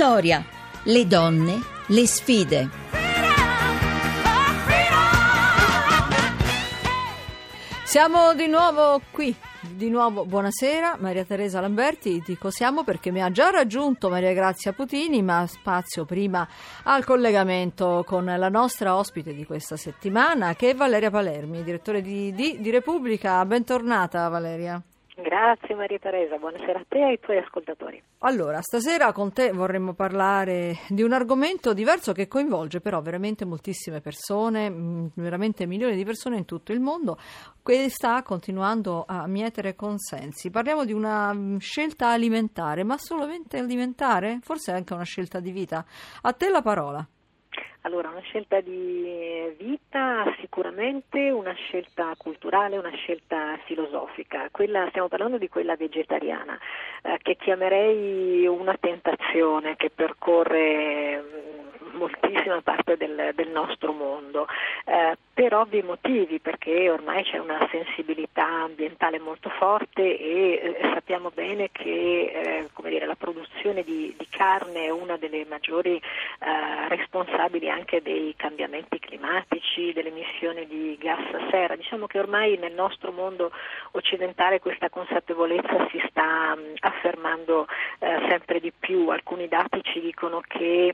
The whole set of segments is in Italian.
storia, le donne, le sfide. Siamo di nuovo qui. Buonasera, Maria Teresa Lamberti. Dico siamo perché mi ha già raggiunto Maria Grazia Putini, ma spazio prima al collegamento con la nostra ospite di questa settimana, che è Valeria Palermi, direttore di Repubblica. Bentornata, Valeria. Grazie Maria Teresa, buonasera a te e ai tuoi ascoltatori. Allora, stasera con te vorremmo parlare di un argomento diverso che coinvolge però veramente moltissime persone, veramente milioni di persone in tutto il mondo, che sta continuando a mietere consensi. Parliamo di una scelta alimentare, ma solamente alimentare? Forse anche una scelta di vita. A te la parola. Allora, una scelta di vita, sicuramente una scelta culturale, una scelta filosofica. Stiamo parlando di quella vegetariana, che chiamerei una tentazione che percorre moltissima parte del nostro mondo, per ovvi motivi, perché ormai c'è una sensibilità ambientale molto forte e sappiamo bene che la produzione di carne è una delle maggiori responsabili anche dei cambiamenti climatici, delle emissioni di gas serra. Diciamo che ormai nel nostro mondo occidentale questa consapevolezza si sta affermando sempre di più. Alcuni dati ci dicono che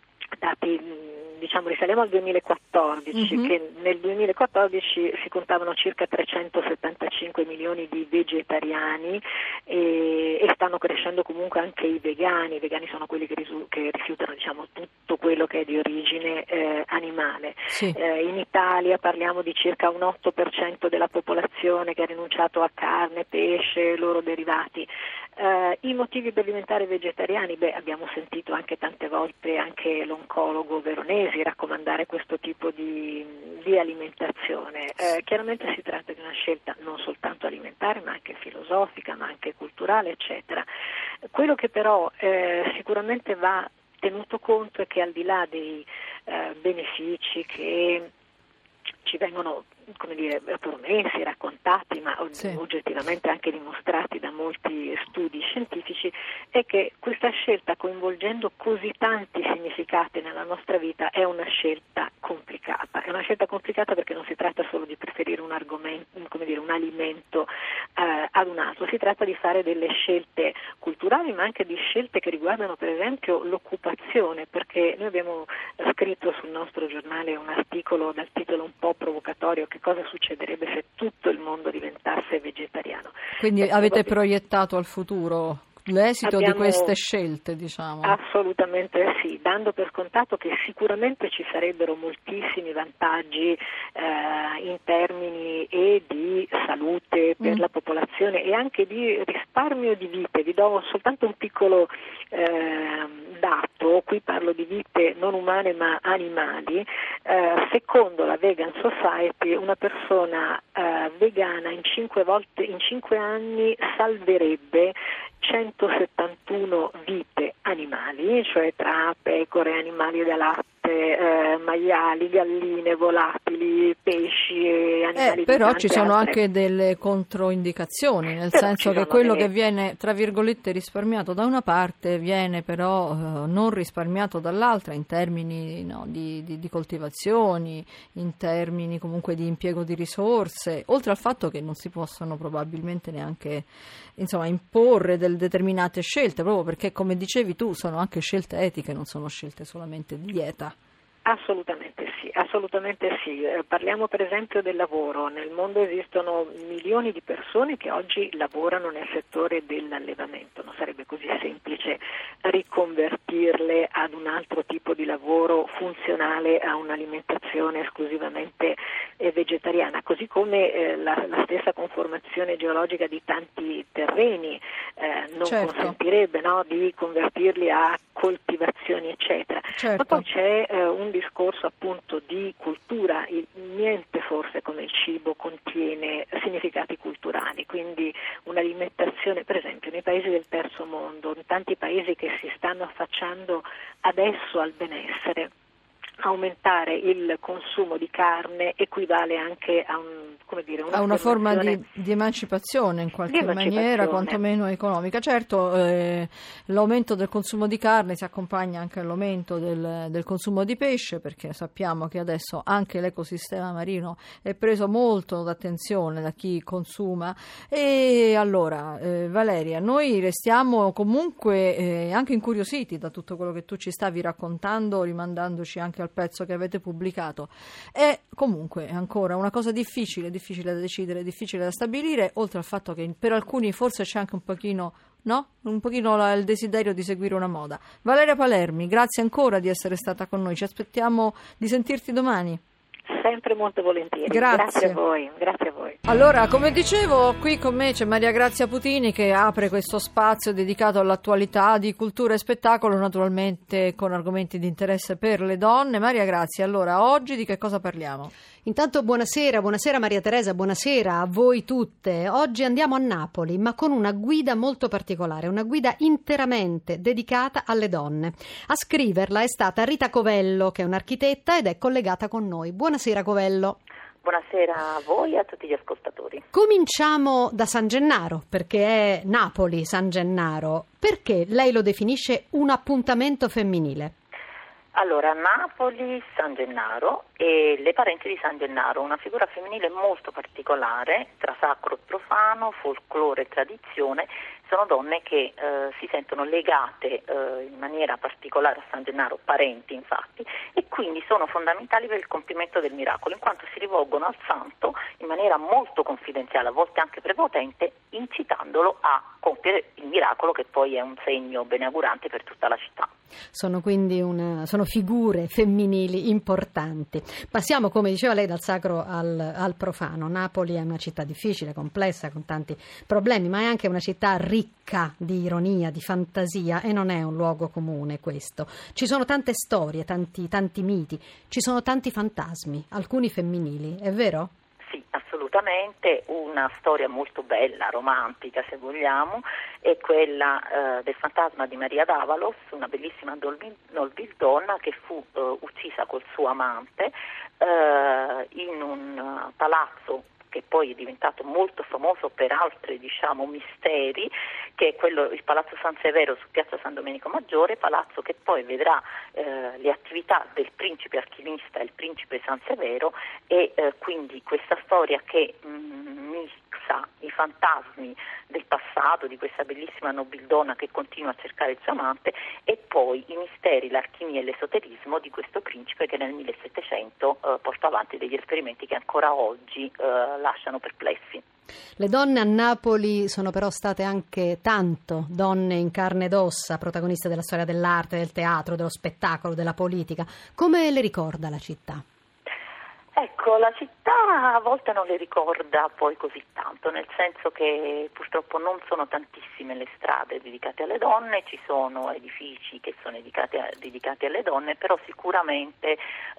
risaliamo al 2014, che nel 2014 si contavano circa 375 milioni di vegetariani e stanno crescendo comunque anche i vegani. I vegani sono quelli che rifiutano tutto quello che è di origine animale. Sì. In Italia parliamo di circa un 8% della popolazione che ha rinunciato a carne, pesce, loro derivati. I motivi per diventare vegetariani, abbiamo sentito anche tante volte anche l'oncologo Veronesi raccomandare questo tipo di alimentazione. Chiaramente si tratta di una scelta non soltanto alimentare ma anche filosofica, ma anche culturale, eccetera. Quello che però sicuramente va tenuto conto è che al di là dei benefici che ci vengono promessi, raccontati, ma oggettivamente anche dimostrati da molti studi scientifici, è che questa scelta, coinvolgendo così tanti significati nella nostra vita, è una scelta complicata. È una scelta complicata perché non si tratta solo di preferire un alimento ad un altro, si tratta di fare delle scelte culturali, ma anche di scelte che riguardano per esempio l'occupazione, perché noi abbiamo scritto sul nostro giornale un articolo dal titolo un po' provocatorio: che cosa succederebbe se tutto il mondo diventasse vegetariano. Quindi avete proiettato al futuro l'esito di queste scelte, diciamo? Assolutamente sì, dando per scontato che sicuramente ci sarebbero moltissimi vantaggi in termini e di salute per la popolazione e anche di risparmio di vite. Vi do soltanto un piccolo dato, qui parlo di vite non umane ma animali. Secondo la Vegan Society, una persona vegana in 5 anni salverebbe 171 vite animali, cioè tra pecore, animali da latte, maiali, galline, volatili, pesci e animali. Però ci sono anche delle controindicazioni, nel senso che quello che viene, tra virgolette, risparmiato da una parte viene però non risparmiato dall'altra, in termini di coltivazioni, in termini comunque di impiego di risorse, oltre al fatto che non si possono probabilmente neanche imporre delle determinate scelte, proprio perché, come dicevi tu, sono anche scelte etiche, non sono scelte solamente di dieta. Assolutamente sì. Parliamo per esempio del lavoro. Nel mondo esistono milioni di persone che oggi lavorano nel settore dell'allevamento. Non sarebbe così semplice riconvertirle ad un altro tipo di lavoro funzionale a un'alimentazione esclusivamente vegetariana, così come la stessa conformazione geologica di tanti terreni non consentirebbe di convertirli a coltivazioni eccetera. Ma poi c'è un discorso appunto di cultura. Niente forse come il cibo contiene significati culturali, quindi un'alimentazione, per esempio nei paesi del terzo mondo, in tanti paesi che si stanno affacciando adesso al benessere, aumentare il consumo di carne equivale anche a una forma di emancipazione in qualche maniera, quantomeno economica. Certo, l'aumento del consumo di carne si accompagna anche all'aumento del consumo di pesce, perché sappiamo che adesso anche l'ecosistema marino è preso molto d'attenzione da chi consuma. E allora, Valeria, noi restiamo comunque anche incuriositi da tutto quello che tu ci stavi raccontando, rimandandoci anche al pezzo che avete pubblicato. È comunque ancora una cosa difficile da decidere, difficile da stabilire, oltre al fatto che per alcuni forse c'è anche un pochino il desiderio di seguire una moda. Valeria Palermi, grazie ancora di essere stata con noi, ci aspettiamo di sentirti domani. Sempre molto volentieri. Grazie a voi. Allora, come dicevo, qui con me c'è Maria Grazia Putini che apre questo spazio dedicato all'attualità di cultura e spettacolo, naturalmente con argomenti di interesse per le donne. Maria Grazia, allora, oggi di che cosa parliamo? Intanto buonasera Maria Teresa, buonasera a voi tutte. Oggi andiamo a Napoli, ma con una guida molto particolare, una guida interamente dedicata alle donne. A scriverla è stata Rita Covello, che è un'architetta ed è collegata con noi. Buonasera Covello. Buonasera a voi e a tutti gli ascoltatori. Cominciamo da San Gennaro, perché è Napoli San Gennaro. Perché lei lo definisce un appuntamento femminile? Allora, Napoli, San Gennaro e le parenti di San Gennaro, una figura femminile molto particolare, tra sacro e profano, folklore e tradizione. Sono donne che si sentono legate in maniera particolare a San Gennaro, parenti infatti, e quindi sono fondamentali per il compimento del miracolo, in quanto si rivolgono al santo in maniera molto confidenziale, a volte anche prepotente, incitandolo a compiere il miracolo, che poi è un segno beneaugurante per tutta la città. Sono quindi sono figure femminili importanti. Passiamo, come diceva lei, dal sacro al profano. Napoli è una città difficile, complessa, con tanti problemi, ma è anche una città ricca di ironia, di fantasia, e non è un luogo comune questo. Ci sono tante storie, tanti miti, ci sono tanti fantasmi, alcuni femminili, è vero? Sì, assolutamente. Una storia molto bella, romantica se vogliamo, è quella del fantasma di Maria d'Avalos, una bellissima nobildonna che fu uccisa col suo amante in un palazzo che poi è diventato molto famoso per altri misteri, che è il Palazzo San Severo su Piazza San Domenico Maggiore, palazzo che poi vedrà le attività del principe alchimista e il principe San Severo, e quindi questa storia che mixa i fantasmi del passato di questa bellissima nobildonna che continua a cercare il suo amante, e poi i misteri, l'alchimia e l'esoterismo di questo principe che nel 1700 porta avanti degli esperimenti che ancora oggi lasciano perplessi. Le donne a Napoli sono però state anche tanto donne in carne ed ossa, protagoniste della storia dell'arte, del teatro, dello spettacolo, della politica. Come le ricorda la città? Ecco, la città a volte non le ricorda poi così tanto, nel senso che purtroppo non sono tantissime le strade dedicate alle donne, ci sono edifici che sono dedicati alle donne, però sicuramente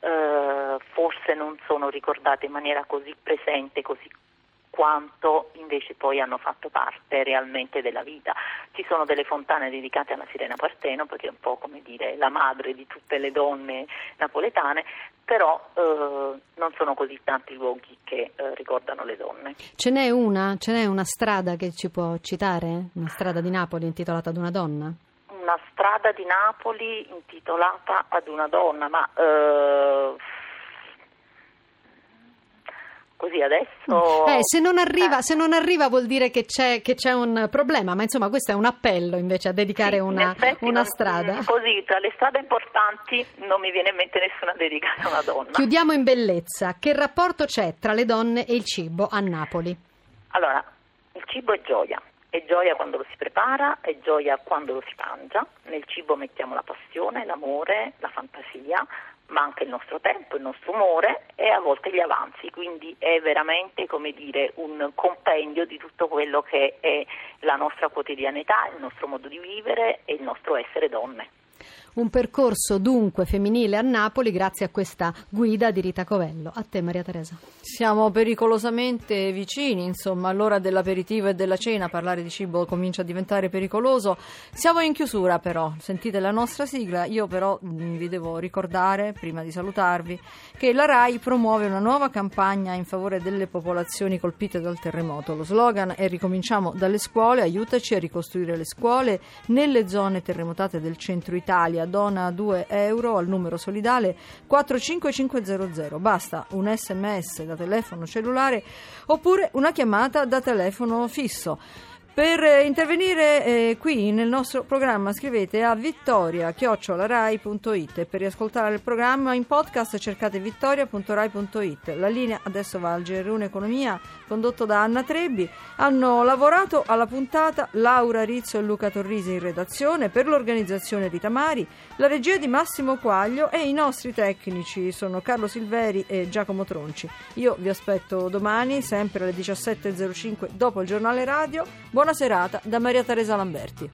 forse non sono ricordate in maniera così presente, così quanto invece poi hanno fatto parte realmente della vita. Ci sono delle fontane dedicate alla Sirena Parteno, perché è un po' come dire la madre di tutte le donne napoletane, però non sono così tanti luoghi che ricordano le donne. Ce n'è una strada che ci può citare? Una strada di Napoli intitolata ad una donna? Una strada di Napoli intitolata ad una donna, ma così adesso se non arriva vuol dire che c'è un problema, ma insomma questo è un appello invece a dedicare una strada. Così, tra le strade importanti non mi viene in mente nessuna dedicata a una donna. Chiudiamo in bellezza. Che rapporto c'è tra le donne e il cibo a Napoli? Allora, il cibo è gioia quando lo si prepara, è gioia quando lo si mangia. Nel cibo mettiamo la passione, l'amore, la fantasia, ma anche il nostro tempo, il nostro umore e a volte gli avanzi, quindi è veramente, come dire, un compendio di tutto quello che è la nostra quotidianità, il nostro modo di vivere e il nostro essere donne. Un percorso dunque femminile a Napoli grazie a questa guida di Rita Covello. A te Maria Teresa. Siamo pericolosamente vicini, insomma, all'ora dell'aperitivo e della cena parlare di cibo comincia a diventare pericoloso. Siamo in chiusura però, sentite la nostra sigla, io però vi devo ricordare, prima di salutarvi, che la RAI promuove una nuova campagna in favore delle popolazioni colpite dal terremoto. Lo slogan è "Ricominciamo dalle scuole, aiutaci a ricostruire le scuole nelle zone terremotate del centro Italia". Dona 2 euro al numero solidale 45500. Basta un SMS da telefono cellulare oppure una chiamata da telefono fisso. Per intervenire qui nel nostro programma scrivete a vittoria@rai.it e per riascoltare il programma in podcast cercate vittoria.rai.it. La linea adesso va al GR1 Economia condotto da Anna Trebbi. Hanno lavorato alla puntata Laura Rizzo e Luca Torrisi in redazione, per l'organizzazione Rita Mari, la regia di Massimo Quaglio e i nostri tecnici sono Carlo Silveri e Giacomo Tronci. Io vi aspetto domani sempre alle 17.05 dopo il giornale radio. Buona serata da Maria Teresa Lamberti.